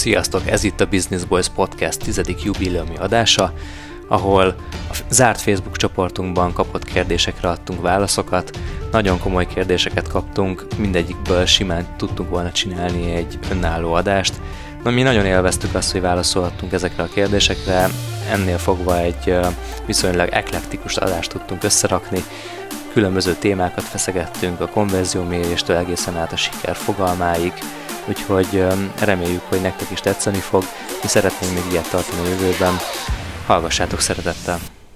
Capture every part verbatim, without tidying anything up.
Sziasztok! Ez itt a Business Boys Podcast tizedik jubileumi adása, ahol a zárt Facebook csoportunkban kapott kérdésekre adtunk válaszokat. Nagyon komoly kérdéseket kaptunk, mindegyikből simán tudtunk volna csinálni egy önálló adást. Na, mi nagyon élveztük azt, hogy válaszolhattunk ezekre a kérdésekre, ennél fogva egy viszonylag eklektikus adást tudtunk összerakni. Különböző témákat feszegettünk, a konverzióméréstől egészen át a siker fogalmáig, úgyhogy reméljük, hogy nektek is tetszeni fog. Mi szeretnénk még ilyet tartani a jövőben. Hallgassátok szeretettel!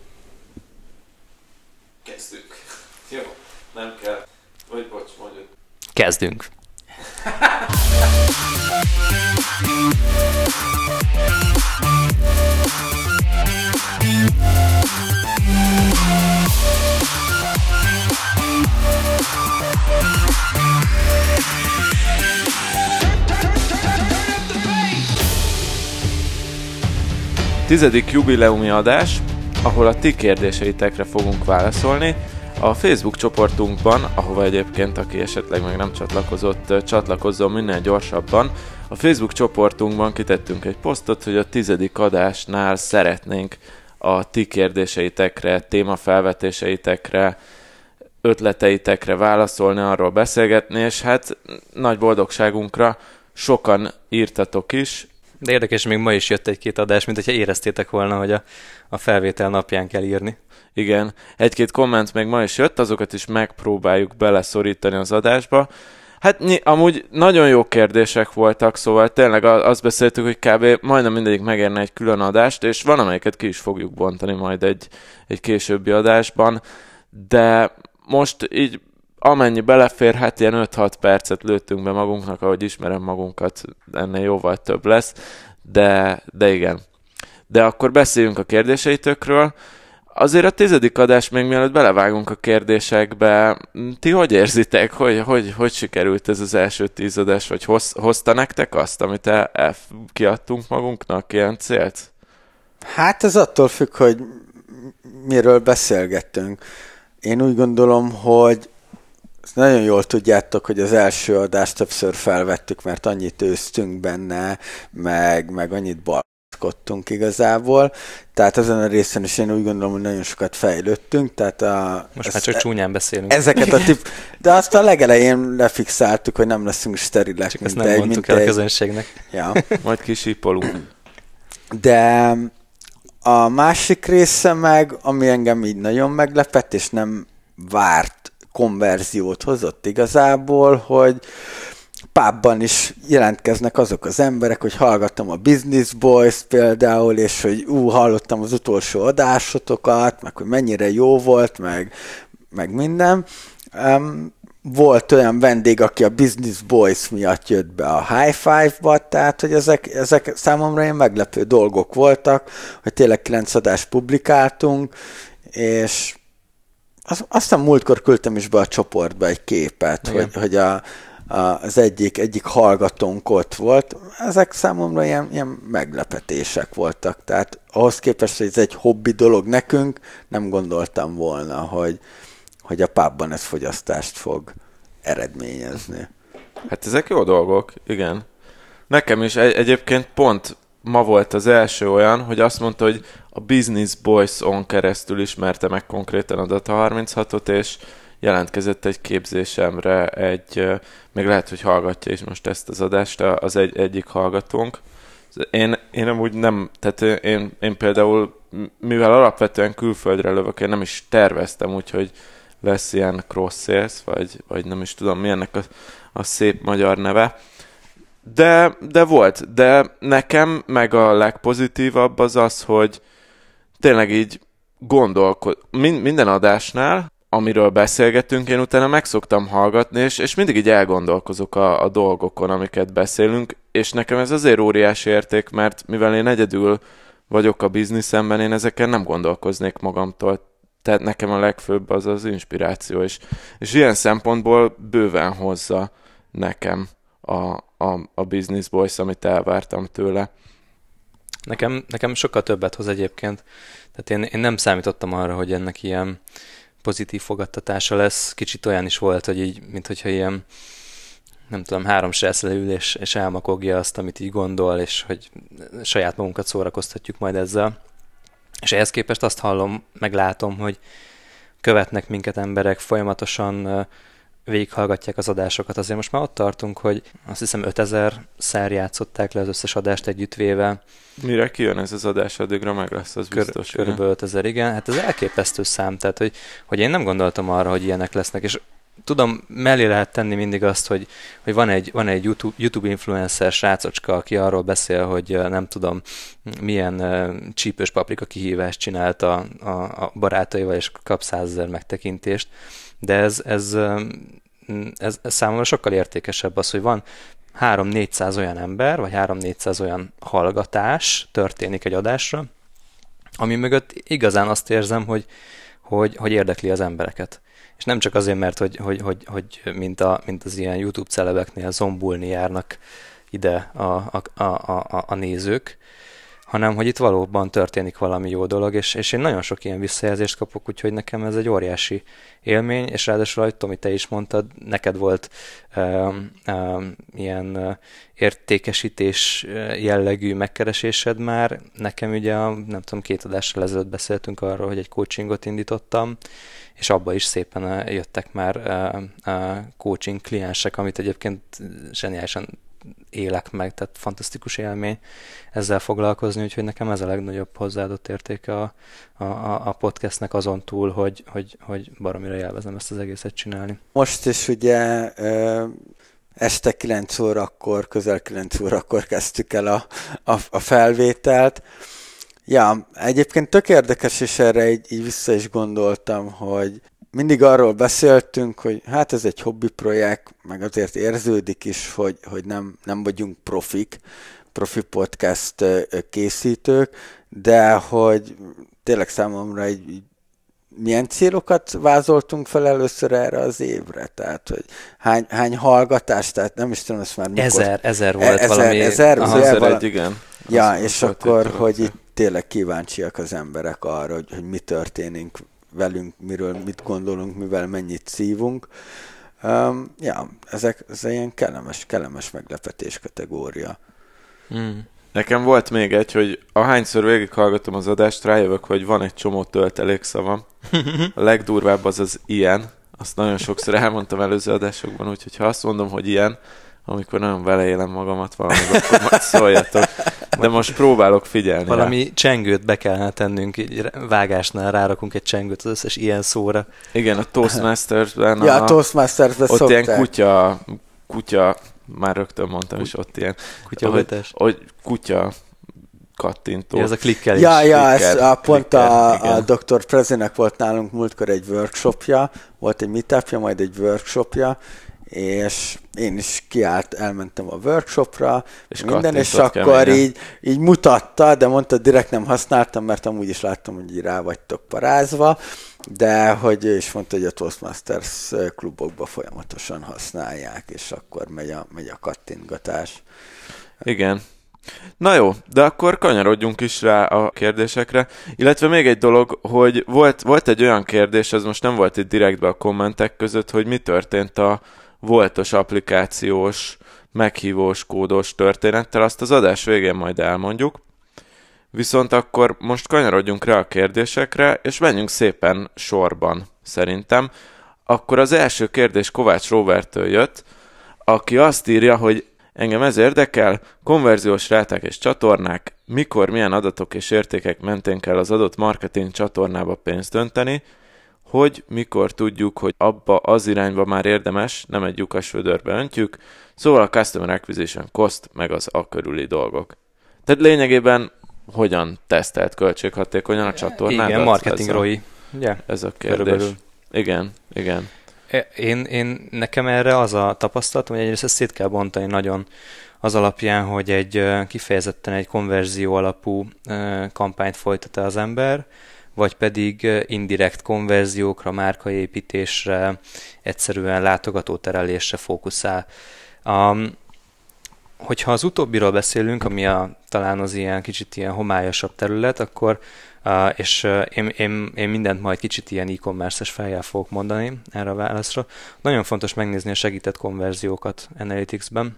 Kezdünk. Jó, nem kell. Vagy bocs, mondjuk. Kezdünk! Tizedik jubileumi adás, ahol a ti kérdéseitekre fogunk válaszolni. A Facebook csoportunkban, ahova egyébként aki esetleg meg nem csatlakozott, csatlakozzon minél gyorsabban. A Facebook csoportunkban kitettünk egy posztot, hogy a tizedik adásnál szeretnénk a ti kérdéseitekre, témafelvetéseitekre, ötleteitekre válaszolni, arról beszélgetni, és hát nagy boldogságunkra sokan írtatok is. De érdekes, még ma is jött egy-két adás, mint hogyha éreztétek volna, hogy a, a felvétel napján kell írni. Igen, egy-két komment még ma is jött, azokat is megpróbáljuk beleszorítani az adásba. Hát amúgy nagyon jó kérdések voltak, szóval tényleg azt beszéltük, hogy kb. Majdnem mindegyik megérne egy külön adást, és van, amelyiket ki is fogjuk bontani majd egy, egy későbbi adásban, de most így amennyi belefér, hát ilyen öt-hat percet lőttünk be magunknak, ahogy ismerem magunkat, ennél jóval több lesz, de, de igen. De akkor beszéljünk a kérdéseitökről. Azért a tizedik adás, még mielőtt belevágunk a kérdésekbe, ti hogy érzitek, hogy, hogy, hogy sikerült ez az első tíz adás, vagy hoz, hozta nektek azt, amit el, el, kiadtunk magunknak, ilyen célt? Hát ez attól függ, hogy miről beszélgettünk. Én úgy gondolom, hogy nagyon jól tudjátok, hogy az első adást többször felvettük, mert annyit őztünk benne, meg, meg annyit balkodtunk igazából. Tehát ezen a részen is én úgy gondolom, hogy nagyon sokat fejlődtünk. Tehát a, Most már csak csúnyán beszélünk. Ezeket a tip, de azt a legelején lefixáltuk, hogy nem leszünk sterilek. Csak ezt nem egy, mondtuk el egy... a közönségnek. Ja. Majd kisípolunk. De a másik része meg, ami engem így nagyon meglepett, és nem várt konverziót hozott igazából, hogy pubban is jelentkeznek azok az emberek, hogy hallgattam a Business Boys például, és hogy ú, hallottam az utolsó adásotokat, meg hogy mennyire jó volt, meg, meg minden. Um, volt olyan vendég, aki a Business Boys miatt jött be a High Five-ba, tehát hogy ezek, ezek számomra ilyen meglepő dolgok voltak, hogy tényleg kilenc adást publikáltunk, és aztán múltkor küldtem is be a csoportba egy képet, igen, hogy, hogy a, a, az egyik, egyik hallgatónk ott volt. Ezek számomra ilyen, ilyen meglepetések voltak. Tehát ahhoz képest, hogy ez egy hobbi dolog nekünk, nem gondoltam volna, hogy, hogy a pubban ez fogyasztást fog eredményezni. Hát ezek jó dolgok, igen. Nekem is egy, egyébként pont ma volt az első olyan, hogy azt mondta, hogy a Business Boys-on keresztül ismerte meg konkrétan a Data harminchatot, és jelentkezett egy képzésemre egy, még lehet, hogy hallgatja is most ezt az adást, az egy, egyik hallgatónk. Én, én amúgy nem, tehát én, én például, mivel alapvetően külföldre lövök, én nem is terveztem, úgyhogy lesz ilyen cross sales, vagy, vagy nem is tudom mi ennek a, a szép magyar neve. De, de volt, de nekem meg a legpozitívabb az az, hogy tényleg így gondolkod, minden adásnál, amiről beszélgetünk, én utána meg szoktam hallgatni, és, és mindig így elgondolkozok a, a dolgokon, amiket beszélünk, és nekem ez azért óriási érték, mert mivel én egyedül vagyok a bizniszemben, én ezeken nem gondolkoznék magamtól, tehát nekem a legfőbb az az inspiráció, és, és ilyen szempontból bőven hozza nekem a, a, a Business Boys, amit elvártam tőle. Nekem, nekem sokkal többet hoz egyébként. Tehát én, én nem számítottam arra, hogy ennek ilyen pozitív fogadtatása lesz. Kicsit olyan is volt, hogy így, mint hogyha ilyen nem tudom, három srác leül, és, és elmakogja azt, amit így gondol, és hogy saját magunkat szórakoztatjuk majd ezzel. És ehhez képest azt hallom, meglátom, hogy követnek minket emberek, folyamatosan végighallgatják az adásokat. Azért most már ott tartunk, hogy azt hiszem ötezer-szer játszották le az összes adást együttvéve. Mire kijön ez az adás, addigra meg lesz, az Kör, biztos. Körülbelül ötezer, igen. Hát ez elképesztő szám, tehát hogy, hogy én nem gondoltam arra, hogy ilyenek lesznek, és tudom, mellé lehet tenni mindig azt, hogy, hogy van egy, van egy YouTube, YouTube influencer srácocska, aki arról beszél, hogy nem tudom, milyen uh, csípős paprika kihívást csinált a, a, a barátaival, és kap százezer megtekintést. De ez, ez, ez, ez számomra sokkal értékesebb az, hogy van három-négyszáz olyan ember, vagy három-négyszáz olyan hallgatás történik egy adásra, ami mögött igazán azt érzem, hogy, hogy, hogy érdekli az embereket. És nem csak azért, mert hogy, hogy, hogy, hogy mint, a, mint az ilyen YouTube celebeknél zombulni járnak ide a, a, a, a, a nézők, hanem hogy itt valóban történik valami jó dolog, és, és én nagyon sok ilyen visszajelzést kapok, úgyhogy nekem ez egy óriási élmény, és ráadásul, ahogy Tomi, te is mondtad, neked volt um, um, ilyen uh, értékesítés jellegű megkeresésed már, nekem ugye, a, nem tudom, két adással ezelőtt beszéltünk arról, hogy egy coachingot indítottam, és abba is szépen uh, jöttek már uh, uh, coaching kliensek, amit egyébként zseniálisan élek meg, tehát fantasztikus élmény ezzel foglalkozni, úgyhogy nekem ez a legnagyobb hozzáadott értéke a, a, a podcastnek azon túl, hogy, hogy, hogy baromira élvezem ezt az egészet csinálni. Most is ugye este kilenc órakor, közel kilenc órakor kezdtük el a, a, a felvételt. Ja, egyébként tök érdekes, és erre így, így vissza is gondoltam, hogy mindig arról beszéltünk, hogy hát ez egy hobbi projekt, meg azért érződik is, hogy, hogy nem, nem vagyunk profik, profi podcast készítők, de hogy tényleg számomra egy, milyen célokat vázoltunk fel először erre az évre? Tehát, hogy hány, hány hallgatás, tehát nem is tudom, ezt már mikor... Ezer, ezer volt ezer, valami... Ezer, aha, ezer egy, igen. Ja, az és akkor, hogy itt tényleg kíváncsiak az emberek arra, hogy, hogy mi történik velünk, miről mit gondolunk, mivel mennyit szívunk. Um, ja, ezek, ez ilyen kellemes, kellemes meglepetés kategória. Mm. Nekem volt még egy, hogy ahányszor végighallgatom az adást, rájövök, hogy van egy csomó töltelékszavam. A legdurvább az az ilyen. Azt nagyon sokszor elmondtam előző adásokban, úgyhogy ha azt mondom, hogy ilyen, amikor nagyon beleélem magamat valamiben, akkor majd szóljatok. De most próbálok figyelni Valami rá. Csengőt be kellene tennünk, így vágásnál rárakunk egy csengőt az összes ilyen szóra. Igen, a Toastmasters-ben ja, a Toastmasters-ben ott szokták. ilyen kutya, kutya, már rögtön mondtam is, ott ilyen, Kutyavetás. hogy, hogy kutya kattintó. Ja, ez a klikkelés. Ja, ja, ez Klikker, a, pont klikker, a, igen. a doktor Prezinek volt nálunk múltkor egy workshopja, volt egy meetupja, majd egy workshopja, és én is kiállt, elmentem a workshopra, és minden, és akkor keményen. így, így mutatta, de mondta, direkt nem használtam, mert amúgy is láttam, hogy így rá vagytok parázva, de hogy ő is mondta, hogy a Toastmasters klubokban folyamatosan használják, és akkor megy a, megy a kattintgatás. Igen. Na jó, de akkor kanyarodjunk is rá a kérdésekre. Illetve még egy dolog, hogy volt, volt egy olyan kérdés, ez most nem volt itt direktben a kommentek között, hogy mi történt a voltos applikációs, meghívós, kódos történettel, azt az adás végén majd elmondjuk. Viszont akkor most kanyarodjunk rá a kérdésekre, és menjünk szépen sorban, szerintem. Akkor az első kérdés Kovács Roberttől jött, aki azt írja, hogy engem ez érdekel, konverziós ráták és csatornák, mikor, milyen adatok és értékek mentén kell az adott marketing csatornába pénzt önteni, hogy mikor tudjuk, hogy abba az irányba már érdemes, nem egy lyukas vödörbe öntjük, szóval a Customer Acquisition Cost, meg az a körüli dolgok. Tehát lényegében hogyan tesztelt költséghatékonyan a csatornádat? Igen, marketing R O I. Yeah. Ez a kérdés. Körülbelül. Igen, igen. Én, én, nekem erre az a tapasztalatom, hogy egyrészt ezt szét kell bontani nagyon az alapján, hogy egy kifejezetten egy konverzió alapú kampányt folytat az ember, vagy pedig indirekt konverziókra, márkaépítésre, egyszerűen látogatóterelésre fókuszál. Um, hogyha az utóbbiról beszélünk, ami a, talán az ilyen kicsit ilyen homályosabb terület, akkor Uh, és uh, én, én, én mindent majd kicsit ilyen e-commerce-es fejjel fogok mondani erre a válaszra. Nagyon fontos megnézni a segített konverziókat Analytics-ben,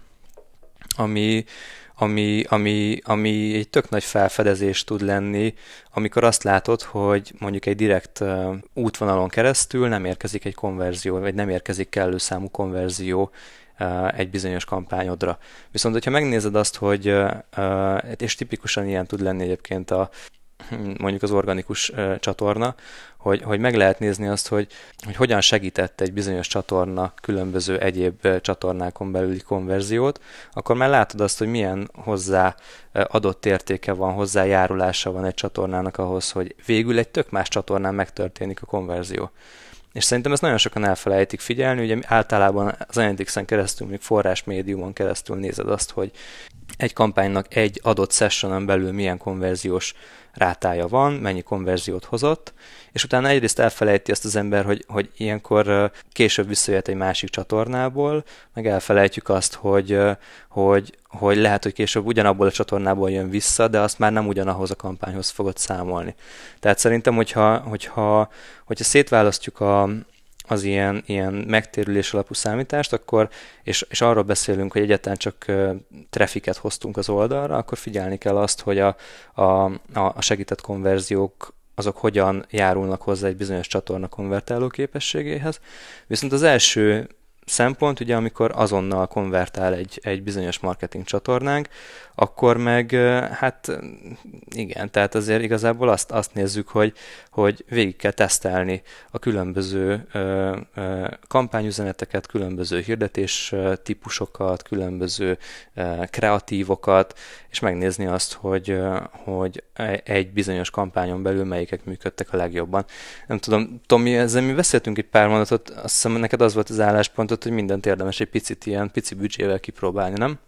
ami, ami, ami, ami egy tök nagy felfedezés tud lenni, amikor azt látod, hogy mondjuk egy direkt uh, útvonalon keresztül nem érkezik egy konverzió, vagy nem érkezik kellő számú konverzió uh, egy bizonyos kampányodra. Viszont, hogyha megnézed azt, hogy, uh, és tipikusan ilyen tud lenni egyébként a mondjuk az organikus uh, csatorna, hogy, hogy meg lehet nézni azt, hogy, hogy hogyan segített egy bizonyos csatorna különböző egyéb uh, csatornákon belüli konverziót, akkor már látod azt, hogy milyen hozzá uh, adott értéke van, hozzájárulása van egy csatornának ahhoz, hogy végül egy tök más csatornán megtörténik a konverzió. És szerintem ezt nagyon sokan elfelejtik figyelni, ugye általában az Analytics-en keresztül, még forrás médiumon keresztül nézed azt, hogy egy kampánynak egy adott sessionon belül milyen konverziós rátája van, mennyi konverziót hozott, és utána egyrészt elfelejti azt az ember, hogy, hogy ilyenkor később visszajött egy másik csatornából, meg elfelejtjük azt, hogy, hogy, hogy lehet, hogy később ugyanabból a csatornából jön vissza, de azt már nem ugyanahoz a kampányhoz fogod számolni. Tehát szerintem, hogyha, hogyha, hogyha szétválasztjuk a az ilyen, ilyen megtérülés alapú számítást, akkor, és, és arról beszélünk, hogy egyáltalán csak uh, trafficet hoztunk az oldalra, akkor figyelni kell azt, hogy a, a, a segített konverziók azok hogyan járulnak hozzá egy bizonyos csatorna konvertáló képességéhez. Viszont az első szempont, ugye amikor azonnal konvertál egy, egy bizonyos marketing csatornánk, akkor meg hát igen, tehát azért igazából azt, azt nézzük, hogy, hogy végig kell tesztelni a különböző ö, ö, kampányüzeneteket, különböző hirdetés típusokat, különböző ö, kreatívokat, és megnézni azt, hogy, ö, hogy egy bizonyos kampányon belül melyikek működtek a legjobban. Nem tudom, Tomi, ezzel mi beszéltünk egy pár mondatot, azt hiszem neked az volt az álláspontot, hogy mindent érdemes egy picit ilyen pici büdzsével kipróbálni, nem?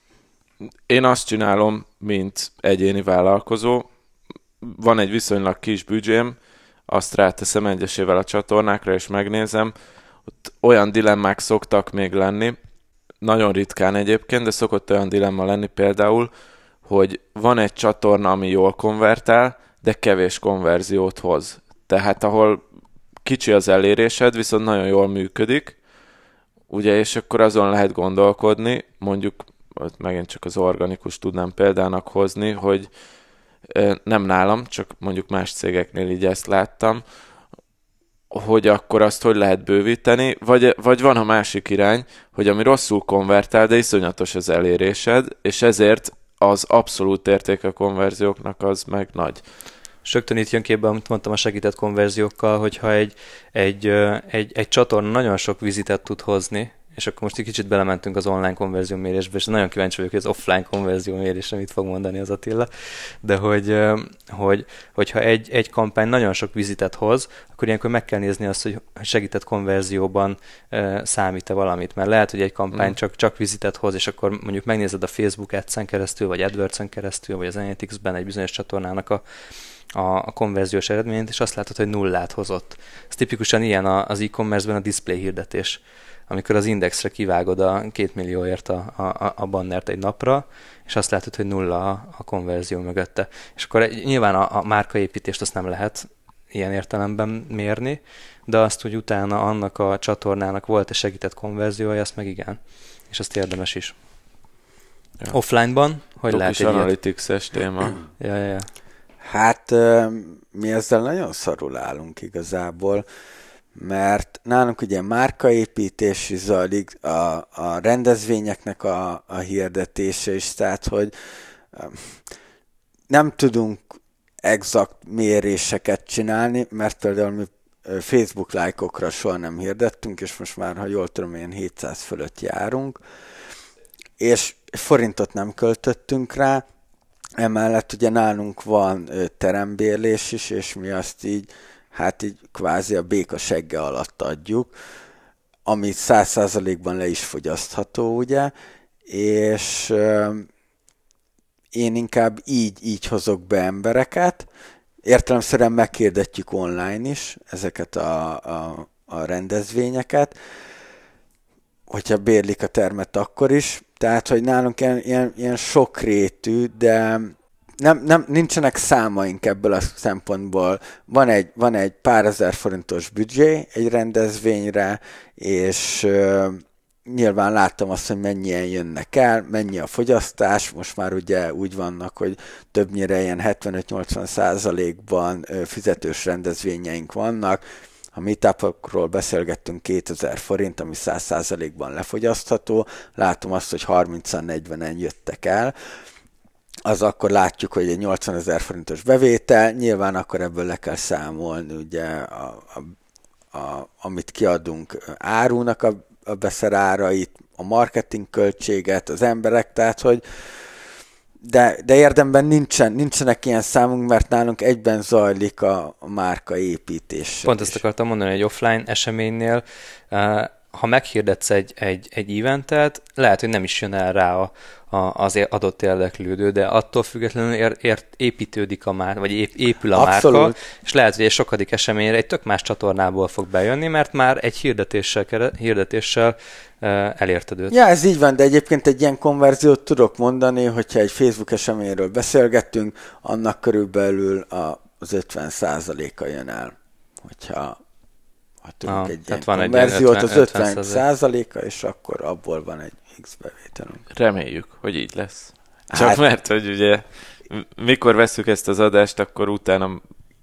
Én azt csinálom, mint egyéni vállalkozó. Van egy viszonylag kis büdzsém, azt ráteszem egyesével a csatornákra, és megnézem. Ott olyan dilemmák szoktak még lenni, nagyon ritkán egyébként, de szokott olyan dilemma lenni például, hogy van egy csatorna, ami jól konvertál, de kevés konverziót hoz. Tehát ahol kicsi az elérésed, viszont nagyon jól működik, ugye, és akkor azon lehet gondolkodni, mondjuk megint csak az organikus tudnám példának hozni, hogy nem nálam, csak mondjuk más cégeknél így ezt láttam, hogy akkor azt hogy lehet bővíteni, vagy, vagy van a másik irány, hogy ami rosszul konvertál, de iszonyatos az elérésed, és ezért az abszolút értéke a konverzióknak az meg nagy. És rögtön itt jön képbe, amit mondtam a segített konverziókkal, hogyha egy, egy, egy, egy csatorna nagyon sok vizitet tud hozni, és akkor most egy kicsit belementünk az online konverzió mérésbe, és nagyon kíváncsi vagyok, hogy az offline konverzió mérésre mit fog mondani az Attila, de hogy, hogy, hogyha egy, egy kampány nagyon sok vizitet hoz, akkor ilyenkor meg kell nézni azt, hogy segített konverzióban számít-e valamit, mert lehet, hogy egy kampány mm. csak, csak vizitet hoz, és akkor mondjuk megnézed a Facebook Ads-en keresztül, vagy AdWords-en keresztül, vagy az Analytics-ben egy bizonyos csatornának a a, a konverziós eredményt, és azt látod, hogy nullát hozott. Ez tipikusan ilyen az e-commerce-ben a display hirdetés, amikor az indexre kivágod a két millióért a, a, a bannert egy napra, és azt látod, hogy nulla a, a konverzió mögötte. És akkor nyilván a, a márkaépítést azt nem lehet ilyen értelemben mérni, de azt, hogy utána annak a csatornának volt-e segített konverziója, azt meg igen. És azt érdemes is. Ja. Offline-ban, hogy Dok lehet is egy analytics-es téma. ja, ja, ja. Hát mi ezzel nagyon szarul állunk igazából, mert nálunk ugye márkaépítés is zajlik, a, a rendezvényeknek a, a hirdetése is, tehát hogy nem tudunk exakt méréseket csinálni, mert például mi Facebook lájkokra soha nem hirdettünk, és most már, ha jól tudom, ilyen hétszáz fölött járunk, és forintot nem költöttünk rá. Emellett ugye nálunk van terembérlés is, és mi azt így, hát így kvázi a béka segge alatt adjuk, ami száz százalékban le is fogyasztható, ugye, és euh, én inkább így, így hozok be embereket, értelemszerűen meghirdetjük online is ezeket a, a, a rendezvényeket, hogyha bérlik a termet akkor is. Tehát, hogy nálunk ilyen, ilyen, ilyen sokrétű, de nem, nem, nincsenek számaink ebből a szempontból. Van egy, van egy pár ezer forintos büdzsé egy rendezvényre, és uh, nyilván láttam azt, hogy mennyien jönnek el, mennyi a fogyasztás. Most már ugye úgy vannak, hogy többnyire ilyen hetvenöt-nyolcvan százalékban fizetős rendezvényeink vannak. Ha meetupokról beszélgettünk, kétezer forint, ami száz százalékban lefogyasztható. Látom azt, hogy harmincan-negyvenen jöttek el. Az akkor látjuk, hogy egy nyolcvanezer forintos bevétel, nyilván akkor ebből le kell számolni, ugye, a, a, a, amit kiadunk árunak a, a beszerárait, a marketing költséget, az emberek, tehát, hogy de, de érdemben nincsen, nincsenek ilyen számunk, mert nálunk egyben zajlik a, a márka építés. Pont ezt akartam mondani, hogy offline eseménynél, ha meghirdetsz egy, egy, egy eventet, lehet, hogy nem is jön el rá a, a, az adott érdeklődő, de attól függetlenül ér, ér, építődik a márka, vagy ép, épül a Abszolút. márka, és lehet, hogy egy sokadik eseményre egy tök más csatornából fog bejönni, mert már egy hirdetéssel, hirdetéssel uh, elérted őt. Ja, ez így van, de egyébként egy ilyen konverziót tudok mondani, hogyha egy Facebook eseményről beszélgettünk, annak körülbelül a, az ötven százaléka jön el, hogyha ha tudunk ah, egy ilyen konverziót, az ötven százaléka, és akkor abból van egy X bevételünk. Reméljük, hogy így lesz. Csak hát, mert, hogy ugye mikor veszük ezt az adást, akkor utána,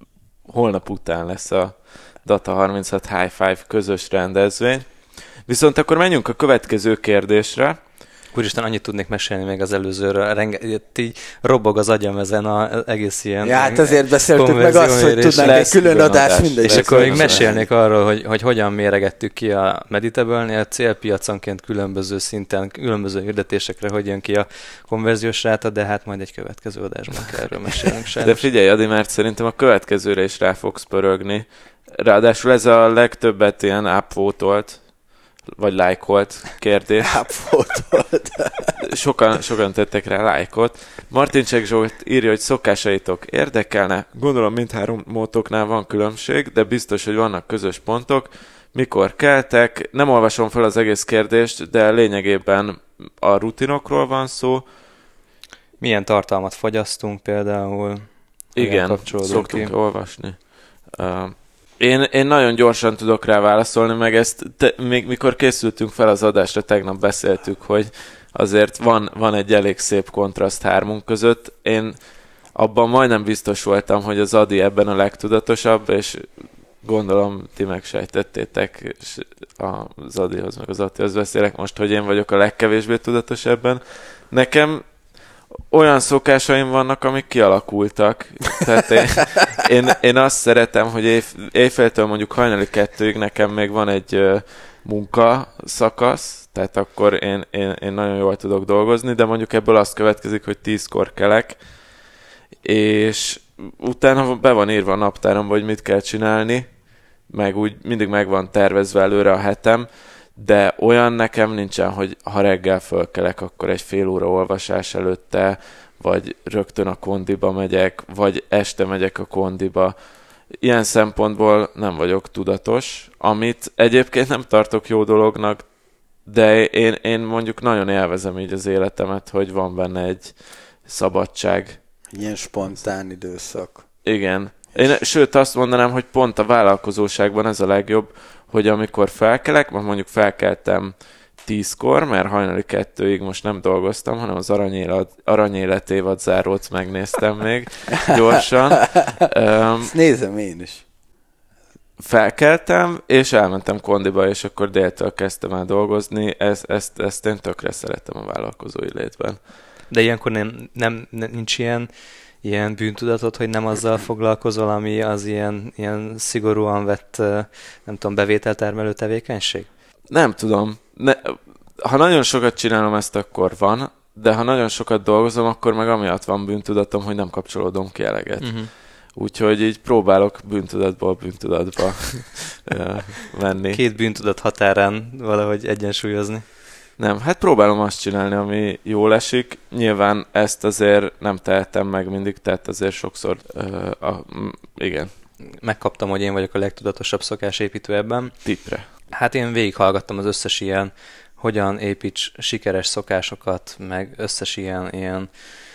holnap után lesz a Data harminchat High Five közös rendezvény. Viszont akkor menjünk a következő kérdésre. Úristen, annyit tudnék mesélni még az előzőről. Renge, így robbog az agyam ezen az egész ilyen... Ja, hát azért beszéltük meg azt, hogy tudnánk egy külön adás mindegy. És akkor még mesélnék arról, hogy, hogy hogyan méregettük ki a Meditable-nél célpiaconként különböző szinten, különböző hirdetésekre, hogy jön ki a konverziós ráta, de hát majd egy következő adásban kell erről mesélnünk. De figyelj, Adi, mert szerintem a következőre is rá fogsz pörögni. Ráadásul ez a legtöbbet ilyen upvotolt, vagy lájkolt kérdés. Upvotolt. Sokan, sokan tettek rá lájkot. Martincsek Zsolt írja, hogy szokásaitok érdekelne. Gondolom mindhárom mótoknál van különbség, de biztos, hogy vannak közös pontok. Mikor keltek? Nem olvasom fel az egész kérdést, de lényegében a rutinokról van szó. Milyen tartalmat fogyasztunk például? Igen, szoktunk ki? olvasni. Uh, Én, én nagyon gyorsan tudok rá válaszolni, meg ezt te, még mikor készültünk fel az adásra, tegnap beszéltük, hogy azért van, van egy elég szép kontraszt hármunk között. Én abban majdnem biztos voltam, hogy az Adi ebben a legtudatosabb, és gondolom ti megsejtettétek, és az Adihoz meg az Attihoz beszélek most, hogy én vagyok a legkevésbé tudatos ebben. Nekem olyan szokásaim vannak, amik kialakultak. Tehát én, én, én azt szeretem, hogy éj, éjféltől mondjuk hajnali kettőig nekem még van egy uh, munka szakasz, tehát akkor én, én, én nagyon jól tudok dolgozni, de mondjuk ebből azt következik, hogy tízkor kelek, és utána be van írva a naptáromba, hogy mit kell csinálni, meg úgy mindig meg van tervezve előre a hetem, de olyan nekem nincsen, hogy ha reggel fölkelek, akkor egy fél óra olvasás előtte, vagy rögtön a kondiba megyek, vagy este megyek a kondiba. Ilyen szempontból nem vagyok tudatos, amit egyébként nem tartok jó dolognak, de én, én mondjuk nagyon élvezem így az életemet, hogy van benne egy szabadság. Ilyen spontán időszak. Igen. Én, sőt, azt mondanám, hogy pont a vállalkozóságban ez a legjobb, hogy amikor felkelek, mondjuk felkeltem tízkor, mert hajnali kettőig most nem dolgoztam, hanem az aranyélet, aranyélet évad zárót megnéztem még gyorsan. Um, Ezt nézem én is. Felkeltem, és elmentem kondiba, és akkor déltől kezdtem el dolgozni. Ezt, ezt, ezt én tökre szeretem a vállalkozói létben. De ilyenkor nem, nem, nincs ilyen ilyen bűntudatod, hogy nem azzal foglalkozol, ami az ilyen, ilyen szigorúan vett, nem tudom, bevételtermelő tevékenység? Nem tudom. Ne, ha nagyon sokat csinálom ezt, akkor van, de ha nagyon sokat dolgozom, akkor meg amiatt van bűntudatom, hogy nem kapcsolódom ki eleget. Uh-huh. Úgyhogy így próbálok bűntudatból bűntudatba menni. Két bűntudat határán valahogy egyensúlyozni. Nem, hát próbálom azt csinálni, ami jól esik. Nyilván ezt azért nem tehetem meg mindig, tehát azért sokszor, uh, a, igen. Megkaptam, hogy én vagyok a legtudatosabb szokásépítő ebben. Tipre. Hát én végighallgattam az összes ilyen hogyan építs sikeres szokásokat, meg összes ilyen, ilyen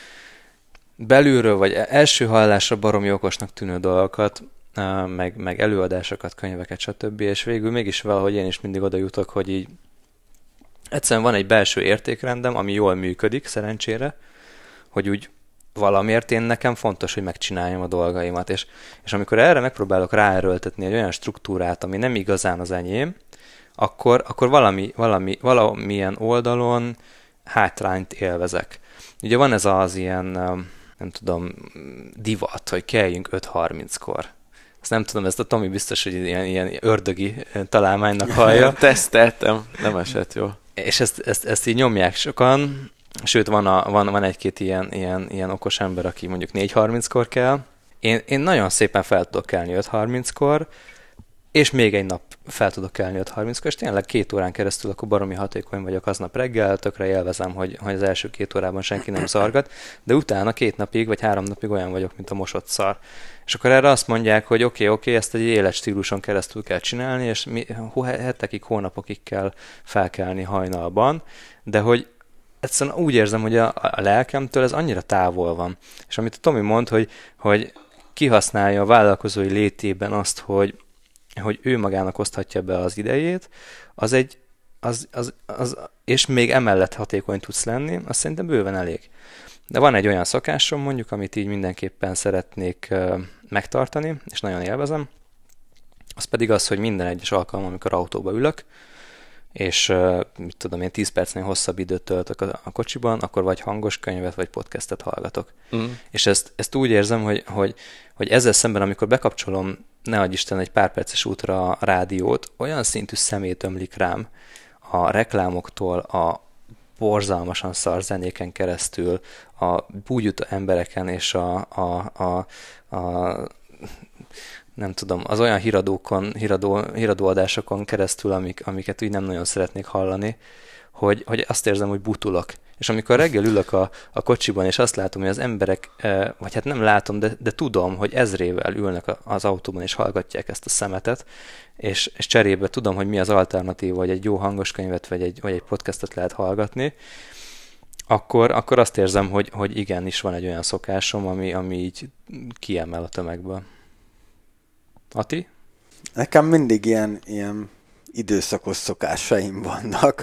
belülről, vagy első hallásra baromi okosnak tűnő dolgokat, meg, meg előadásokat, könyveket, stb. És végül mégis valahogy én is mindig oda jutok, hogy így egyszerűen van egy belső értékrendem, ami jól működik, szerencsére, hogy úgy valamiért én nekem fontos, hogy megcsináljam a dolgaimat. És, és amikor erre megpróbálok ráerőltetni egy olyan struktúrát, ami nem igazán az enyém, akkor, akkor valami, valami, valamilyen oldalon hátrányt élvezek. Ugye van ez az ilyen, nem tudom, divat, hogy kelljünk öt harminckor. Ezt nem tudom, ezt a Tomi biztos, hogy ilyen, ilyen ördögi találmánynak hallja. Teszteltem, nem esett jól. És ezt, ezt, ezt így nyomják sokan, sőt van, a, van, van egy-két ilyen, ilyen, ilyen okos ember, aki mondjuk négy harminckor kell. Én, én nagyon szépen fel tudok kelni öt harminckor, és még egy nap fel tudok kelni öt harminckor, és tényleg két órán keresztül akkor baromi hatékony vagyok aznap reggel, tökre élvezem, hogy, hogy az első két órában senki nem szargat, de utána két napig vagy három napig olyan vagyok, mint a mosott szar. És akkor erre azt mondják, hogy oké, okay, oké, okay, ezt egy életstíluson keresztül kell csinálni, és mi, hetekig, hónapokig kell felkelni hajnalban, de hogy egyszerűen úgy érzem, hogy a, a lelkemtől ez annyira távol van. És amit a Tomi mond, hogy, hogy kihasználja a vállalkozói létében azt, hogy hogy ő magának oszthatja be az idejét, az egy, az, az, az, és még emellett hatékony tudsz lenni, az szerintem bőven elég. De van egy olyan szokásom mondjuk, amit így mindenképpen szeretnék uh, megtartani, és nagyon élvezem, az pedig az, hogy minden egyes alkalom, amikor autóba ülök, és uh, mit tudom én, tíz percnél hosszabb időt töltök a, a kocsiban, akkor vagy hangos könyvet, vagy podcastet hallgatok. Mm. És ezt, ezt úgy érzem, hogy, hogy, hogy ezzel szemben, amikor bekapcsolom, ne adj Isten, egy pár perces útra a rádiót, olyan szintű szemét ömlik rám a reklámoktól, a borzalmasan szar zenéken keresztül, a búgyutó embereken és a, a, a, a nem tudom, az olyan híradókon, híradó, híradóadásokon keresztül, amik, amiket úgy nem nagyon szeretnék hallani, hogy, hogy azt érzem, hogy butulok. És amikor reggel ülök a, a kocsiban, és azt látom, hogy az emberek, vagy hát nem látom, de, de tudom, hogy ezrével ülnek az autóban, és hallgatják ezt a szemetet, és, és cserébe tudom, hogy mi az alternatíva, hogy egy jó hangos könyvet, vagy egy, vagy egy podcastot lehet hallgatni, akkor, akkor azt érzem, hogy, hogy igenis van egy olyan szokásom, ami, ami így kiemel a tömegből. Ati? Nekem mindig ilyen, ilyen időszakos szokásaim vannak.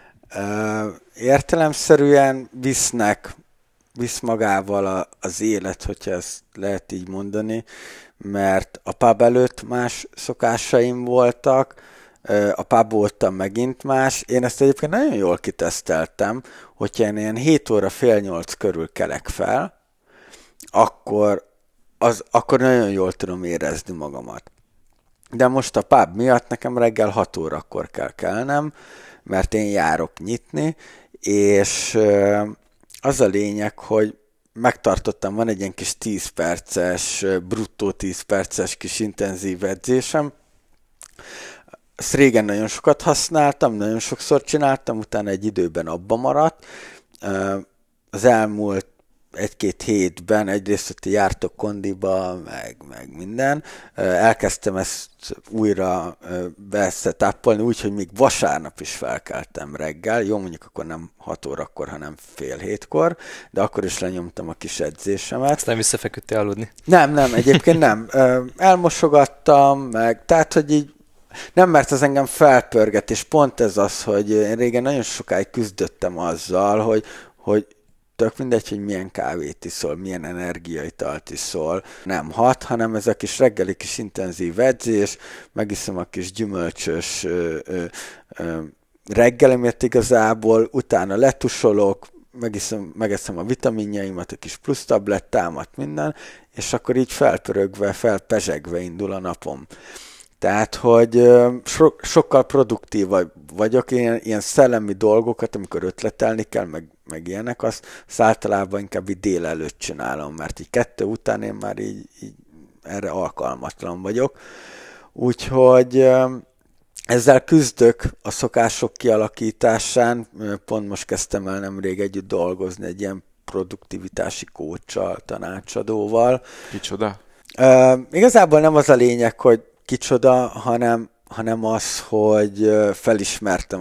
Értelemszerűen visznek, visz magával a, az élet, hogyha ezt lehet így mondani, mert a pub előtt más szokásaim voltak, a pub voltam megint más. Én ezt egyébként nagyon jól kiteszteltem, hogyha én ilyen hét óra fél nyolc körül kelek fel, akkor, az, akkor nagyon jól tudom érezni magamat. De most a pub miatt nekem reggel hat órakor kell kelnem, mert én járok nyitni, és az a lényeg, hogy megtartottam, van egy ilyen kis tíz perces, bruttó tíz perces kis intenzív edzésem. Ezt régen nagyon sokat használtam, nagyon sokszor csináltam, utána egy időben abba maradt. Az elmúlt egy-két hétben egyrészt, hogy jártok kondiba, meg, meg minden. Elkezdtem ezt újra beszetáppolni, úgyhogy még vasárnap is felkeltem reggel. Jó, mondjuk akkor nem hat órakor, hanem fél hétkor, de akkor is lenyomtam a kis edzésemet. Aztán visszafeküdtél aludni? Nem, nem, egyébként nem. Elmosogattam, meg, tehát, hogy így nem, mert az engem felpörget, és pont ez az, hogy én régen nagyon sokáig küzdöttem azzal, hogy, hogy tök mindegy, hogy milyen kávét iszol, milyen energiaitalt iszol, nem hat, hanem ez a kis reggeli kis intenzív edzés, megiszom a kis gyümölcsös ö, ö, ö, reggelimért igazából, utána letusolok, megiszom, megeszem a vitaminjaimat, a kis plusz tablettámat, minden, és akkor így felpörögve, felpezsegve indul a napom. Tehát, hogy so, sokkal produktívabb vagyok, ilyen, ilyen szellemi dolgokat, amikor ötletelni kell, meg, meg ilyenek, azt, azt általában inkább így délelőtt csinálom, mert így kettő után én már így, így erre alkalmatlan vagyok. Úgyhogy ezzel küzdök a szokások kialakításán, pont most kezdtem el nemrég együtt dolgozni egy ilyen produktivitási coachsal, tanácsadóval. Kicsoda? Uh, igazából nem az a lényeg, hogy kicsoda, hanem, hanem az, hogy felismertem azt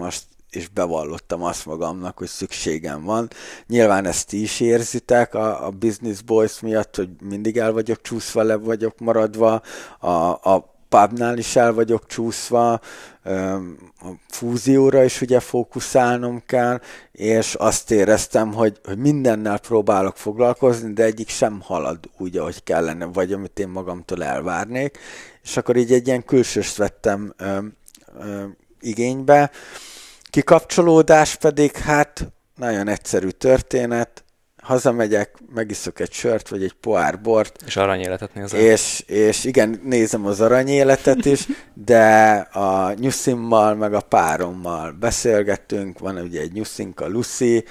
és bevallottam azt magamnak, hogy szükségem van. Nyilván ezt ti is érzitek a, a Business Boys miatt, hogy mindig el vagyok csúszva, le vagyok maradva, a, a pubnál is el vagyok csúszva, a fúzióra is ugye fókuszálnom kell, és azt éreztem, hogy, hogy mindennel próbálok foglalkozni, de egyik sem halad úgy, ahogy kellene, vagy amit én magamtól elvárnék, és akkor így egy ilyen külsőst vettem ö, ö, igénybe. Kikapcsolódás pedig, hát nagyon egyszerű történet, hazamegyek, megiszok egy sört, vagy egy pohár bort. És aranyéletet nézem. És, és igen, nézem az aranyéletet is, de a nyuszimmal, meg a párommal beszélgettünk, van ugye egy nyuszink, a Lucy,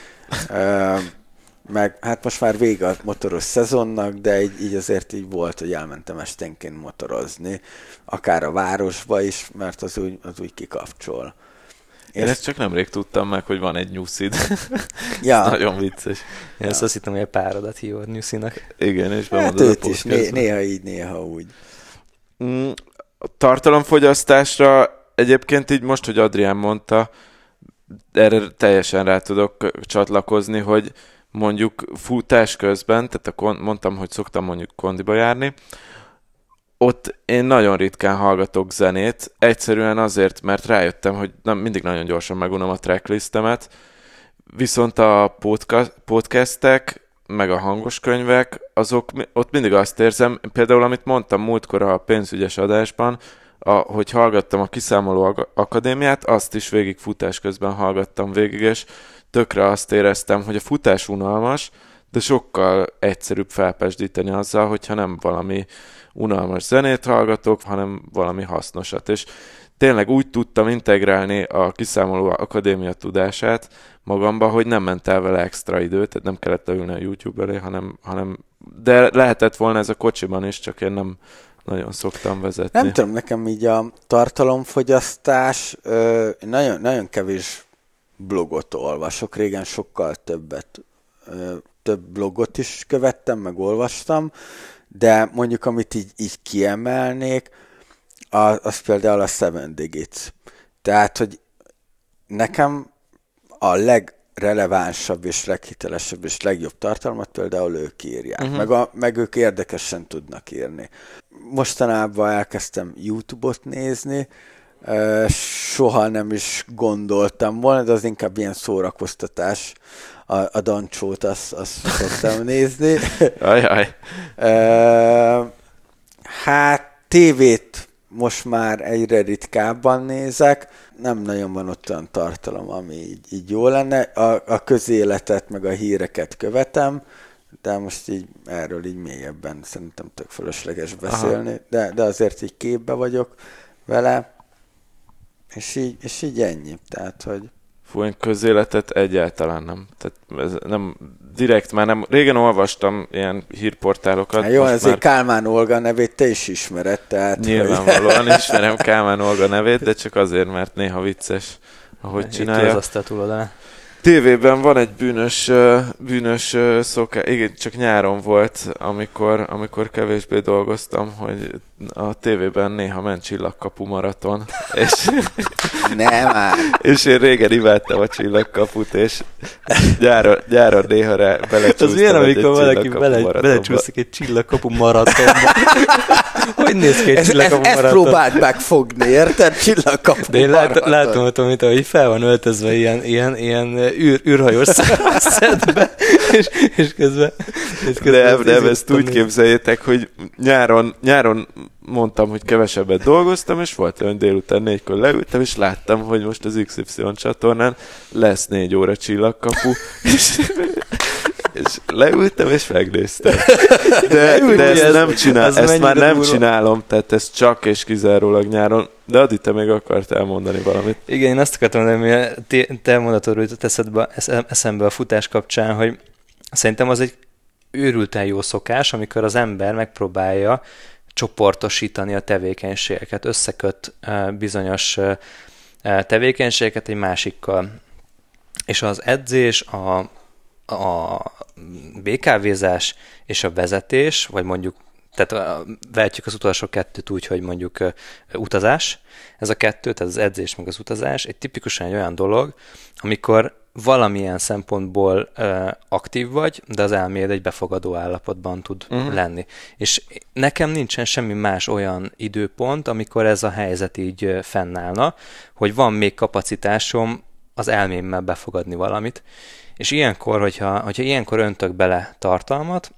meg hát most már vége a motoros szezonnak, de így, így azért így volt, hogy elmentem esténként motorozni, akár a városba is, mert az úgy, az úgy kikapcsol. Én ezt csak nemrég tudtam meg, hogy van egy nyuszid. Ja. Nagyon vicces. Én ja. ezt azt hittem, hogy a párodat hívod nyuszinak. Igen, és bemondod hát a is, né- néha így, néha úgy. Mm, a tartalomfogyasztásra egyébként így most, hogy Adrián mondta, erre teljesen rá tudok csatlakozni, hogy mondjuk futás közben, tehát a kon- mondtam, hogy szoktam mondjuk kondiba járni, ott én nagyon ritkán hallgatok zenét, egyszerűen azért, mert rájöttem, hogy nem, mindig nagyon gyorsan megunom a tracklistemet, viszont a podca- podcastek, meg a hangos könyvek, azok, ott mindig azt érzem, például amit mondtam múltkor a pénzügyes adásban, a, hogy hallgattam a Kiszámoló Akadémiát, azt is végig futás közben hallgattam végig, és tökre azt éreztem, hogy a futás unalmas, de sokkal egyszerűbb felpesdíteni azzal, hogyha nem valami unalmas zenét hallgatok, hanem valami hasznosat. És tényleg úgy tudtam integrálni a Kiszámoló Akadémia tudását magamba, hogy nem ment el vele extra idő, tehát nem kellett leülni a YouTube elé, hanem, hanem de lehetett volna ez a kocsiban is, csak én nem nagyon szoktam vezetni. Nem tudom, nekem így a tartalomfogyasztás, ö, nagyon, nagyon kevés blogot olvasok, régen sokkal többet, ö, több blogot is követtem, meg olvastam, de mondjuk amit így, így kiemelnék, az, az például a Seven Digits. Tehát, hogy nekem a legrelevánsabb és leghitelesebb és legjobb tartalmat például ők írják, uh-huh. meg, a, meg ők érdekesen tudnak írni. Mostanában elkezdtem YouTube-ot nézni, soha nem is gondoltam volna, de az inkább ilyen szórakoztatás. A, a Dancsót azt, azt szoktam nézni. Ajaj. Hát tévét most már egyre ritkábban nézek. Nem nagyon van ott olyan tartalom, ami így, így jó lenne. A, a közéletet, meg a híreket követem, de most így erről így mélyebben szerintem tök fölösleges beszélni, de, de azért így képbe vagyok vele, és így, és így ennyi. Tehát, hogy Fú, én közéletet egyáltalán nem. Tehát ez nem, direkt már nem, régen olvastam ilyen hírportálokat. Hát jó, ezért már Kálmán Olga nevét te is ismered, tehát nyilvánvalóan hogy ismerem Kálmán Olga nevét, de csak azért, mert néha vicces, ahogy itt csinálja. az túloldalán. Tévében van egy bűnös, bűnös szokás, igen, csak nyáron volt, amikor, amikor kevésbé dolgoztam, hogy a tévében néha ment Csillagkapu maraton, és, nem már. és én régen imádtam a Csillagkaput, és gyáron, gyáron néha rá belecsúsztam. Az milyen, amikor valaki bele, belecsúszik egy Csillagkapu maratonba? Hogy néz ki egy Csillagkapu maraton? Ezt próbáld megfogni, érted? Csillagkapu de én lát, látom, hogy hogy fel van öltözve ilyen, ilyen, ilyen űr, űrhajós szedbe, és, és közben... És közben nem, nem, ezt úgy képzeljétek, hogy nyáron, nyáron mondtam, hogy kevesebbet dolgoztam, és volt olyan délután négykor leültem, és láttam, hogy most az iksz ipszilon csatornán lesz négy óra Csillagkapu, és, és leültem, és megnéztem. De, de ezt, ez, nem csinál, ezt már nem durva. Csinálom, tehát ez csak és kizárólag nyáron. De Adi, te még akartál mondani valamit. Igen, én azt akartam mondani, hogy te, te mondatodról jutott eszedbe, eszembe a futás kapcsán, hogy szerintem az egy őrülten jó szokás, amikor az ember megpróbálja csoportosítani a tevékenységeket, összeköt bizonyos tevékenységeket egy másikkal. És az edzés, a, a bé ká vézás és a vezetés, vagy mondjuk tehát vehetjük az utolsó kettőt úgy, hogy mondjuk utazás. Ez a kettő, tehát az edzés meg az utazás egy tipikusan egy olyan dolog, amikor valamilyen szempontból uh, aktív vagy, de az elméd egy befogadó állapotban tud uh-huh. lenni. És nekem nincsen semmi más olyan időpont, amikor ez a helyzet így uh, fennállna, hogy van még kapacitásom az elmémmel befogadni valamit. És ilyenkor, hogyha, hogyha ilyenkor öntök bele tartalmat,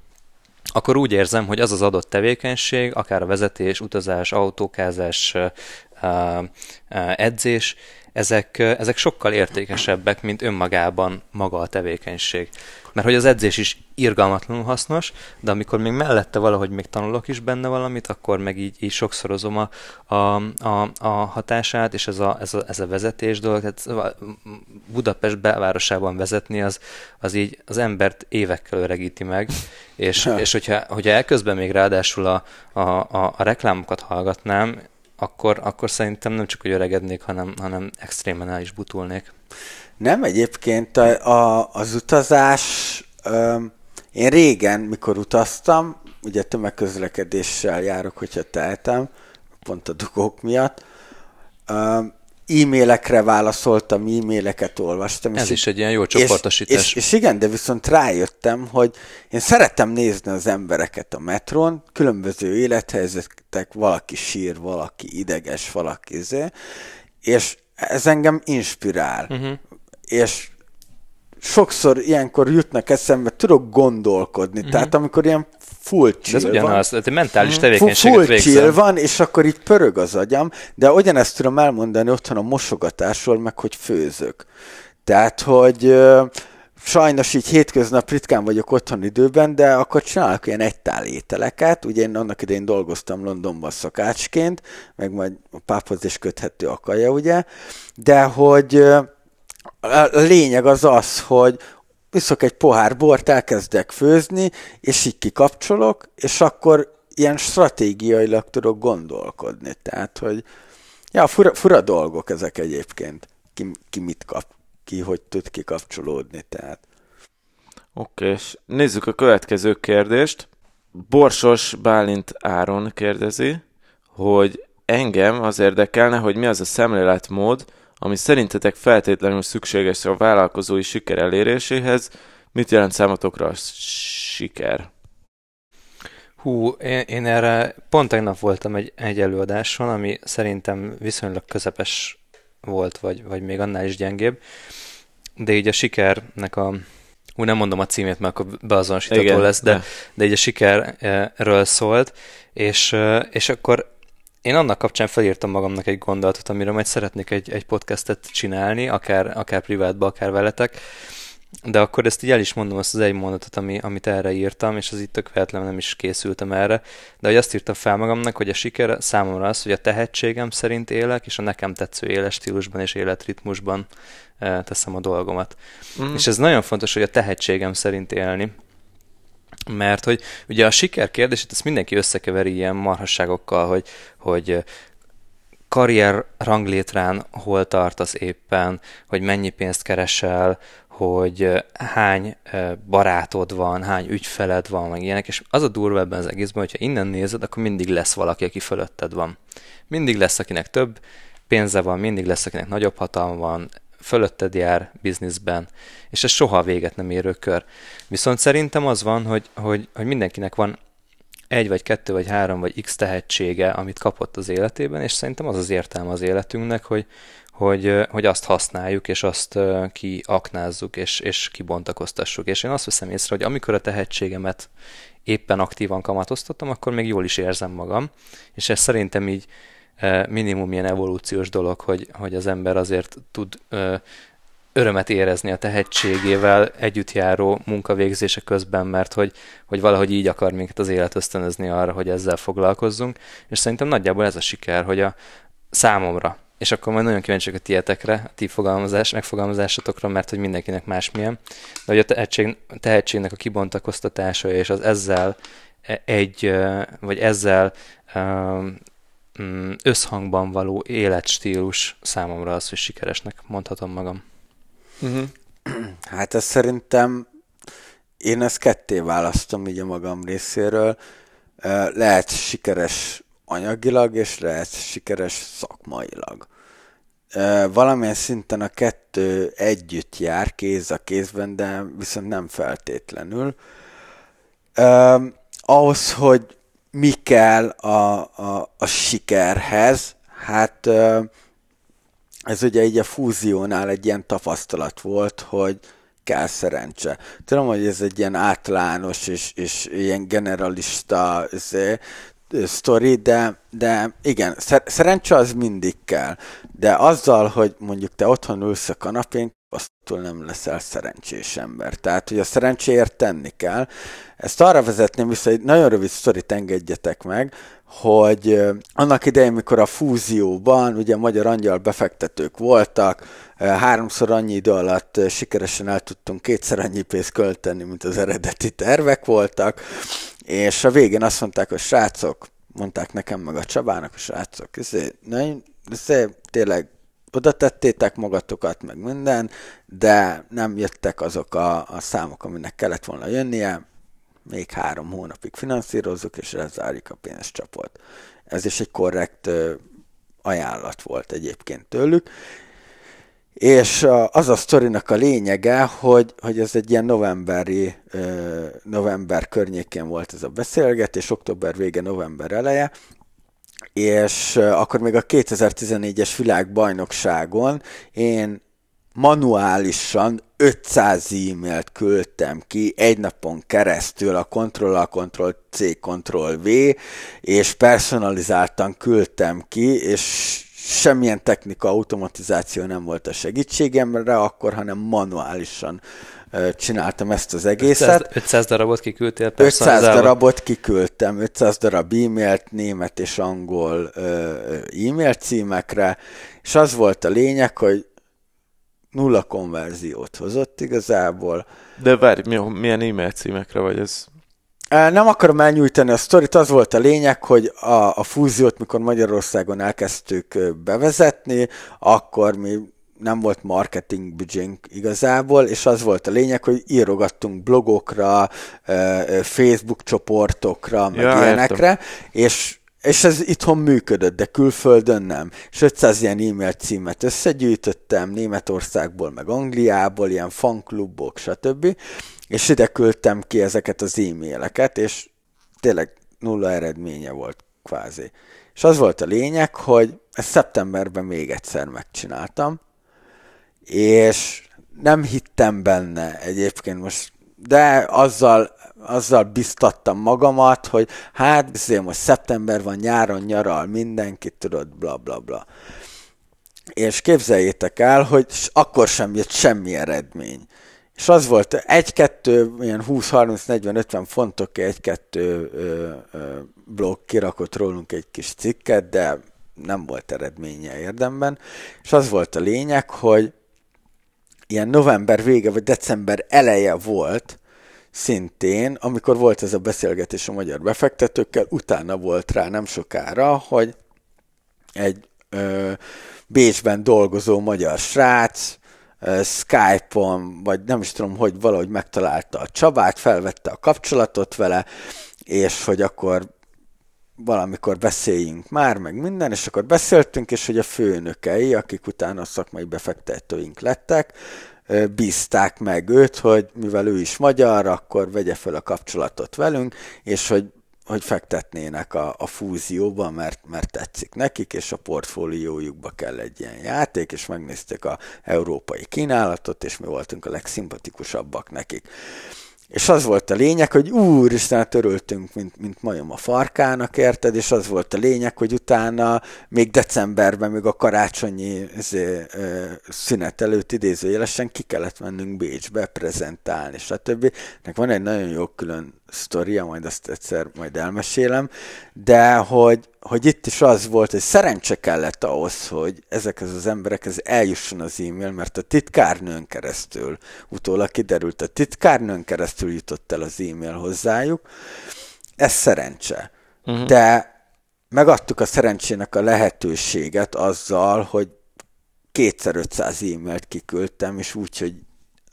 akkor úgy érzem, hogy az az adott tevékenység, akár a vezetés, utazás, autókázás, uh, uh, edzés, Ezek, ezek sokkal értékesebbek, mint önmagában maga a tevékenység. Mert hogy az edzés is irgalmatlanul hasznos, de amikor még mellette valahogy még tanulok is benne valamit, akkor meg így, így sokszorozom a, a, a, a hatását, és ez a, ez a, ez a vezetés dolog, tehát Budapest belvárosában vezetni, az, az így az embert évekkel öregíti meg, és, és hogyha, hogyha elközben még ráadásul a, a, a, a reklámokat hallgatnám, Akkor, akkor szerintem nem csak, hogy öregednék, hanem, hanem extrémen el is butulnék. Nem, egyébként a, a, az utazás, ö, én régen, mikor utaztam, ugye tömegközlekedéssel járok, hogyha tehetem, pont a dugók miatt, ö, e-mailekre válaszoltam, e-maileket olvastam. Ez és, is egy ilyen jó csoportosítás. És, és, és igen, de viszont rájöttem, hogy én szeretem nézni az embereket a metrón, különböző élethelyzetek, valaki sír, valaki ideges, valaki zé, és ez engem inspirál. Uh-huh. És sokszor ilyenkor jutnak eszembe, tudok gondolkodni, uh-huh. tehát amikor ilyen full chill de ez van. ugyanaz, tehát mentális tevékenységet full végzem. Full chill van, és akkor itt pörög az agyam, de ugyanezt tudom elmondani otthon a mosogatásról, meg hogy főzök. Tehát, hogy ö, sajnos így hétköznap ritkán vagyok otthon időben, de akkor csinálok ilyen egytál ételeket. Ugye én annak idején dolgoztam Londonban szakácsként, meg majd a páphoz is köthető a kaja, ugye, de hogy ö, a lényeg az az, hogy iszok egy pohár bort, elkezdek főzni, és így kikapcsolok, és akkor ilyen stratégiailag tudok gondolkodni. Tehát, hogy ja, fura, fura dolgok ezek egyébként. Ki, ki mit kap, ki hogy tud kikapcsolódni. Tehát. Oké, és nézzük a következő kérdést. Borsos Bálint Áron kérdezi, hogy engem az érdekelne, hogy mi az a szemléletmód, ami szerintetek feltétlenül szükséges a vállalkozói siker eléréséhez. Mit jelent számotokra a siker? Hú, én, én erre pont tegnap voltam egy, egy előadáson, ami szerintem viszonylag közepes volt, vagy, vagy még annál is gyengébb. De így a sikernek a... Hú, nem mondom a címét, mert akkor beazonosítható igen, lesz, de, de így a sikerről szólt, és, és akkor én annak kapcsán felírtam magamnak egy gondolatot, amiről majd szeretnék egy, egy podcastet csinálni, akár, akár privátba, akár veletek, de akkor ezt így el is mondom, azt az egy mondatot, ami, amit erre írtam, és az itt tök véletlenül nem is készültem erre, de hogy azt írtam fel magamnak, hogy a siker számomra az, hogy a tehetségem szerint élek, és a nekem tetsző életstílusban és életritmusban e, teszem a dolgomat. Mm. És ez nagyon fontos, hogy a tehetségem szerint élni, mert hogy ugye a siker kérdését ezt mindenki összekeveri ilyen marhasságokkal, hogy, hogy karrier ranglétrán hol tartasz éppen, hogy mennyi pénzt keresel, hogy hány barátod van, hány ügyfeled van, meg ilyenek, és az a durva ebben az egészben, hogyha innen nézed, akkor mindig lesz valaki, aki fölötted van. Mindig lesz, akinek több pénze van, mindig lesz, akinek nagyobb hatalma van, fölötted jár bizniszben, és ez soha a véget nem érő kör. Viszont szerintem az van, hogy, hogy, hogy mindenkinek van egy, vagy kettő, vagy három, vagy x tehetsége, amit kapott az életében, és szerintem az az értelme az életünknek, hogy, hogy, hogy azt használjuk, és azt kiaknázzuk, és, és kibontakoztassuk. És én azt veszem észre, hogy amikor a tehetségemet éppen aktívan kamatoztatom, akkor még jól is érzem magam, és ez szerintem így minimum ilyen evolúciós dolog, hogy, hogy az ember azért tud ö, örömet érezni a tehetségével együtt járó munkavégzése közben, mert hogy, hogy valahogy így akar minket az élet ösztönözni arra, hogy ezzel foglalkozzunk, és szerintem nagyjából ez a siker, hogy a számomra, és akkor majd nagyon kíváncsiak a tietekre, a ti fogalmazás, megfogalmazásatokra, mert hogy mindenkinek másmilyen, de hogy a tehetség, tehetségnek a kibontakoztatása és az ezzel egy, vagy ezzel összhangban való életstílus számomra az, hogy sikeresnek mondhatom magam. Uh-huh. Hát ez szerintem én ezt ketté választom így a magam részéről. lehet sikeres anyagilag, és lehet sikeres szakmailag. Valamilyen szinten a kettő együtt jár kéz a kézben, de viszont nem feltétlenül. Uh, ahhoz, hogy mi kell a, a, a sikerhez, hát uh, ez ugye így a fúziónál egy ilyen tapasztalat volt, hogy kell szerencse. Tudom, hogy ez egy ilyen általános és, és ilyen generalista sztori, de, de igen, szer- szerencse az mindig kell. De azzal, hogy mondjuk te otthon ülsz a kanapén, aztól nem leszel szerencsés ember. Tehát, hogy a szerencséért tenni kell. Ezt arra vezetném vissza, egy nagyon rövid sztorit engedjetek meg, hogy annak idején, mikor a fúzióban, ugye Magyar Angyal befektetők voltak, háromszor annyi idő alatt sikeresen el tudtunk kétszer annyi pénzt költeni, mint az eredeti tervek voltak, és a végén azt mondták, hogy srácok, mondták nekem meg a Csabának, a srácok, ezért, ezért tényleg oda tettétek magatokat, meg minden, de nem jöttek azok a, a számok, aminek kellett volna jönnie, még három hónapig finanszírozzuk, és lezárjuk a pénzcsapot. Ez is egy korrekt ö, ajánlat volt egyébként tőlük. És az a sztorinak a lényege, hogy, hogy ez egy ilyen novemberi, ö, november környékén volt ez a beszélgetés, október vége, november eleje, és akkor még a kétezer-tizennégyes világbajnokságon én manuálisan ötszáz e-mailt küldtem ki egy napon keresztül a Ctrl-A, Ctrl-C, Ctrl-V, és personalizáltan küldtem ki, és semmilyen technika, automatizáció nem volt a segítségemre akkor, hanem manuálisan csináltam ezt az egészet. ötszáz, ötszáz darabot kiküldtél ötszáz darabot kiküldtem, ötszáz darab e-mailt német és angol e-mail címekre, és az volt a lényeg, hogy nulla konverziót hozott igazából. De várj, milyen e-mail címekre vagy ez? Nem akarom elnyújtani a sztorit, az volt a lényeg, hogy a, a fúziót, mikor Magyarországon elkezdtük bevezetni, akkor mi nem volt marketing büdzsénk igazából, és az volt a lényeg, hogy írogattunk blogokra, Facebook csoportokra, meg ja, ilyenekre, értem. és És ez itthon működött, de külföldön nem. És ötszáz ilyen e-mail címet összegyűjtöttem Németországból, meg Angliából, ilyen fanklubok, stb. És ide küldtem ki ezeket az e-maileket, és tényleg nulla eredménye volt kvázi. És az volt a lényeg, hogy ezt szeptemberben még egyszer megcsináltam, és nem hittem benne egyébként most, de azzal azzal biztattam magamat, hogy hát azért most szeptember van, nyáron nyaral mindenki, tudod, bla bla bla. És képzeljétek el, hogy akkor sem jött semmi eredmény. És az volt egy-kettő, ilyen húsz, harminc, negyven, ötven fontok, egy-kettő ö, ö, blog kirakott rólunk egy kis cikket, de nem volt eredménye érdemben. És az volt a lényeg, hogy ilyen november vége, vagy december eleje volt, szintén, amikor volt ez a beszélgetés a magyar befektetőkkel, utána volt rá nem sokára, hogy egy ö, Bécsben dolgozó magyar srác ö, Skype-on, vagy nem is tudom, hogy valahogy megtalálta a Csabát, felvette a kapcsolatot vele, és hogy akkor valamikor beszéljünk már, meg minden, és akkor beszéltünk, és hogy a főnökei, akik utána a szakmai befektetőink lettek, bízták meg őt, hogy mivel ő is magyar, akkor vegye fel a kapcsolatot velünk, és hogy, hogy fektetnének a, a fúzióba, mert, mert tetszik nekik, és a portfóliójukba kell egy ilyen játék, és megnézték az európai kínálatot, és mi voltunk a legszimpatikusabbak nekik. És az volt a lényeg, hogy úristen, hát örültünk, mint, mint majom a farkának, érted? És az volt a lényeg, hogy utána még decemberben, még a karácsonyi ezért, ö, szünet előtt idézőjelesen ki kellett mennünk Bécsbe prezentálni, stb. Nek van egy nagyon jó külön sztoria, majd azt egyszer majd elmesélem, de hogy, hogy itt is az volt, hogy szerencse kellett ahhoz, hogy ezekhez az emberekhez eljusson az e-mail, mert a titkárnőn keresztül, utólag kiderült, a titkárnőn keresztül jutott el az e-mail hozzájuk. Ez szerencse. Uh-huh. De megadtuk a szerencsének a lehetőséget azzal, hogy kétszer ötszáz e-mailt kiküldtem, és úgy, hogy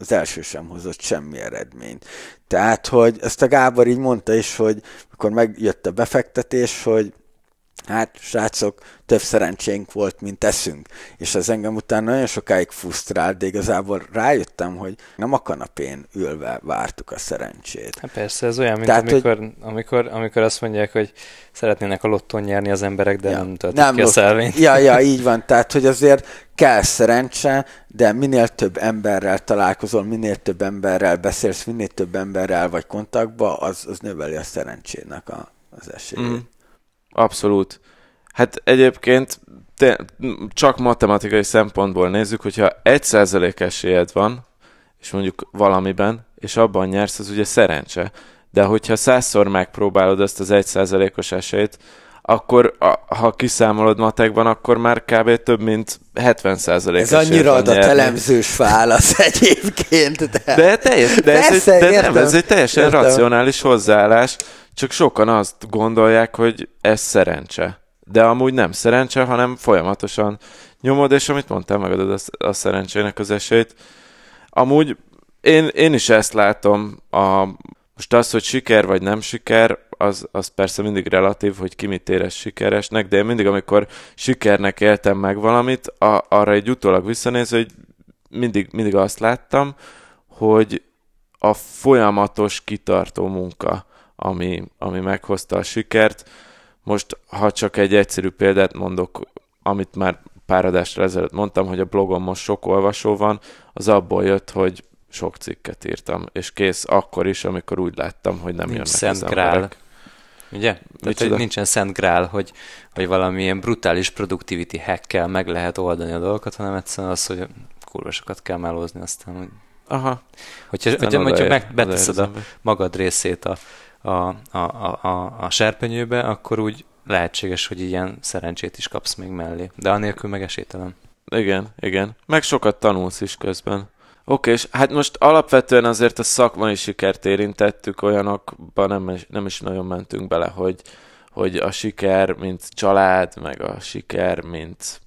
az első sem hozott semmi eredményt. Tehát, hogy ezt a Gábor így mondta is, hogy akkor megjött a befektetés, hogy hát, srácok, több szerencsénk volt, mint eszünk. És ez engem utána nagyon sokáig frusztrált, de igazából rájöttem, hogy nem a kanapén ülve vártuk a szerencsét. Hát persze, ez olyan, mint Tehát, amikor, hogy... amikor, amikor azt mondják, hogy szeretnének a lottón nyerni az emberek, de ja, nem töltik nem ki a szelvényt. Ja, ja, így van. Tehát, hogy azért kell szerencse, de minél több emberrel találkozol, minél több emberrel beszélsz, minél több emberrel vagy kontaktba, az, az növeli a szerencsének a, az esélyét. Mm. Abszolút. Hát egyébként te, csak matematikai szempontból nézzük, hogyha egy százalék esélyed van, és mondjuk valamiben, és abban nyersz, az ugye szerencse. De hogyha százszor megpróbálod ezt az egy százalékos esélyt, akkor a, ha kiszámolod matekban, akkor már kb. Több mint hetven százalék Ez annyira adatelemzős válasz egyébként. De, de, teljes, de, ez, Persze, egy, de nem, ez egy teljesen értem. racionális hozzáállás, csak sokan azt gondolják, hogy ez szerencse. De amúgy nem szerencse, hanem folyamatosan nyomod, és amit mondtál, megadod a, a szerencsének az esélyt. Amúgy én, én is ezt látom, a, most az, hogy siker vagy nem siker, az, az persze mindig relatív, hogy ki mit érez sikeresnek, de én mindig, amikor sikernek éltem meg valamit, a, arra egy utólag visszanézve, hogy mindig, mindig azt láttam, hogy a folyamatos kitartó munka, ami, ami meghozta a sikert. Most, ha csak egy egyszerű példát mondok, amit már pár adásra ezelőtt mondtam, hogy a blogon most sok olvasó van, az abból jött, hogy sok cikket írtam, és kész akkor is, amikor úgy láttam, hogy nem Nincs jönnek Szent az Grál. emberek. Ugye? Tehát, nincsen Szent Grál, hogy, hogy valamilyen brutális productivity hackkel meg lehet oldani a dolgokat, hanem egyszerűen az, hogy kurva sokat kell melózni, aztán, hogy... Aha. Hogyha, hogyha, hogyha meg, beteszed a magad részét a, a, a, a, a, a serpenyőbe, akkor úgy lehetséges, hogy ilyen szerencsét is kapsz még mellé. De anélkül meg esélytelen. Igen, igen. Meg sokat tanulsz is közben. Oké, és hát most alapvetően azért a szakmai sikert érintettük, olyanokban nem, nem is nagyon mentünk bele, hogy, hogy a siker, mint család, meg a siker, mint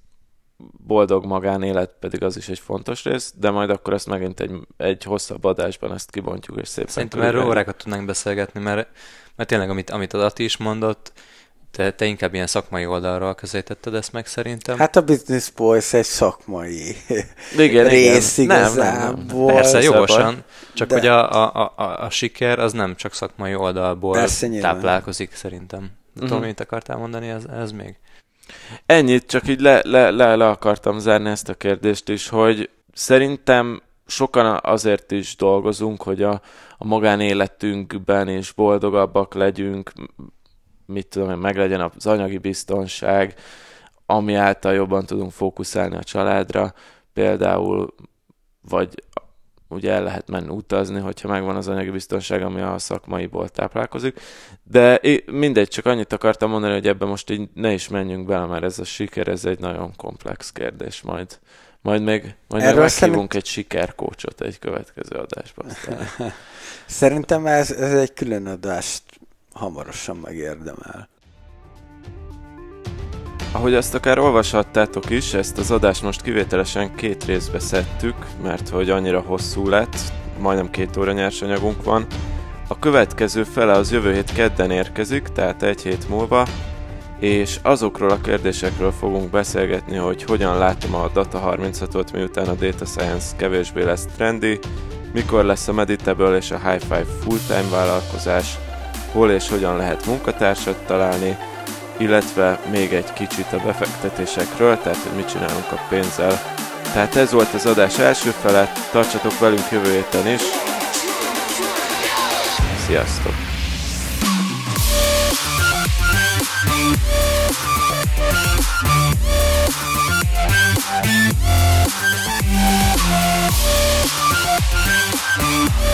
boldog magánélet, pedig az is egy fontos rész, de majd akkor ezt megint egy, egy hosszabb adásban ezt kibontjuk, és szépen... Szerintem erről órákat tudnánk beszélgetni, mert, mert tényleg, amit, amit a Ati is mondott, te, te inkább ilyen szakmai oldalról közelítetted ezt meg szerintem. Hát a Business Boys egy szakmai igen, rész igen. igazából. Nem, nem. Persze, jogosan, csak de... hogy a, a, a, a siker az nem csak szakmai oldalból Persze, táplálkozik szerintem. Uh-huh. Tudom, mit akartál mondani, ez, ez még? Ennyit, csak így le, le, le, le akartam zárni ezt a kérdést is, hogy szerintem sokan azért is dolgozunk, hogy a, a magánéletünkben is boldogabbak legyünk, mit tudom, meg legyen az anyagi biztonság, ami által jobban tudunk fókuszálni a családra, például, vagy ugye el lehet menni utazni, hogyha megvan az anyagi biztonság, ami a szakmaiból táplálkozik. De mindegy, csak annyit akartam mondani, hogy ebben most így ne is menjünk bele, mert ez a siker, ez egy nagyon komplex kérdés. Majd, majd még, majd még meghívunk szerint... egy sikerkócsot egy következő adásban. Szerintem ez, ez egy külön adást hamarosan megérdemel. Ahogy azt akár olvashattátok is, ezt az adást most kivételesen két részbe szedtük, mert hogy annyira hosszú lett, majdnem két óra nyersanyagunk van. A következő fele az jövő hét kedden érkezik, tehát egy hét múlva, és azokról a kérdésekről fogunk beszélgetni, hogy hogyan látom a Data harminchatot, miután a Data Science kevésbé lesz trendi, mikor lesz a Meditable és a High-Five full-time vállalkozás, hol és hogyan lehet munkatársat találni, illetve még egy kicsit a befektetésekről, tehát hogy mit csinálunk a pénzzel. Tehát ez volt az adás első fele, tartsatok velünk jövő héten is. Sziasztok! We'll be right back.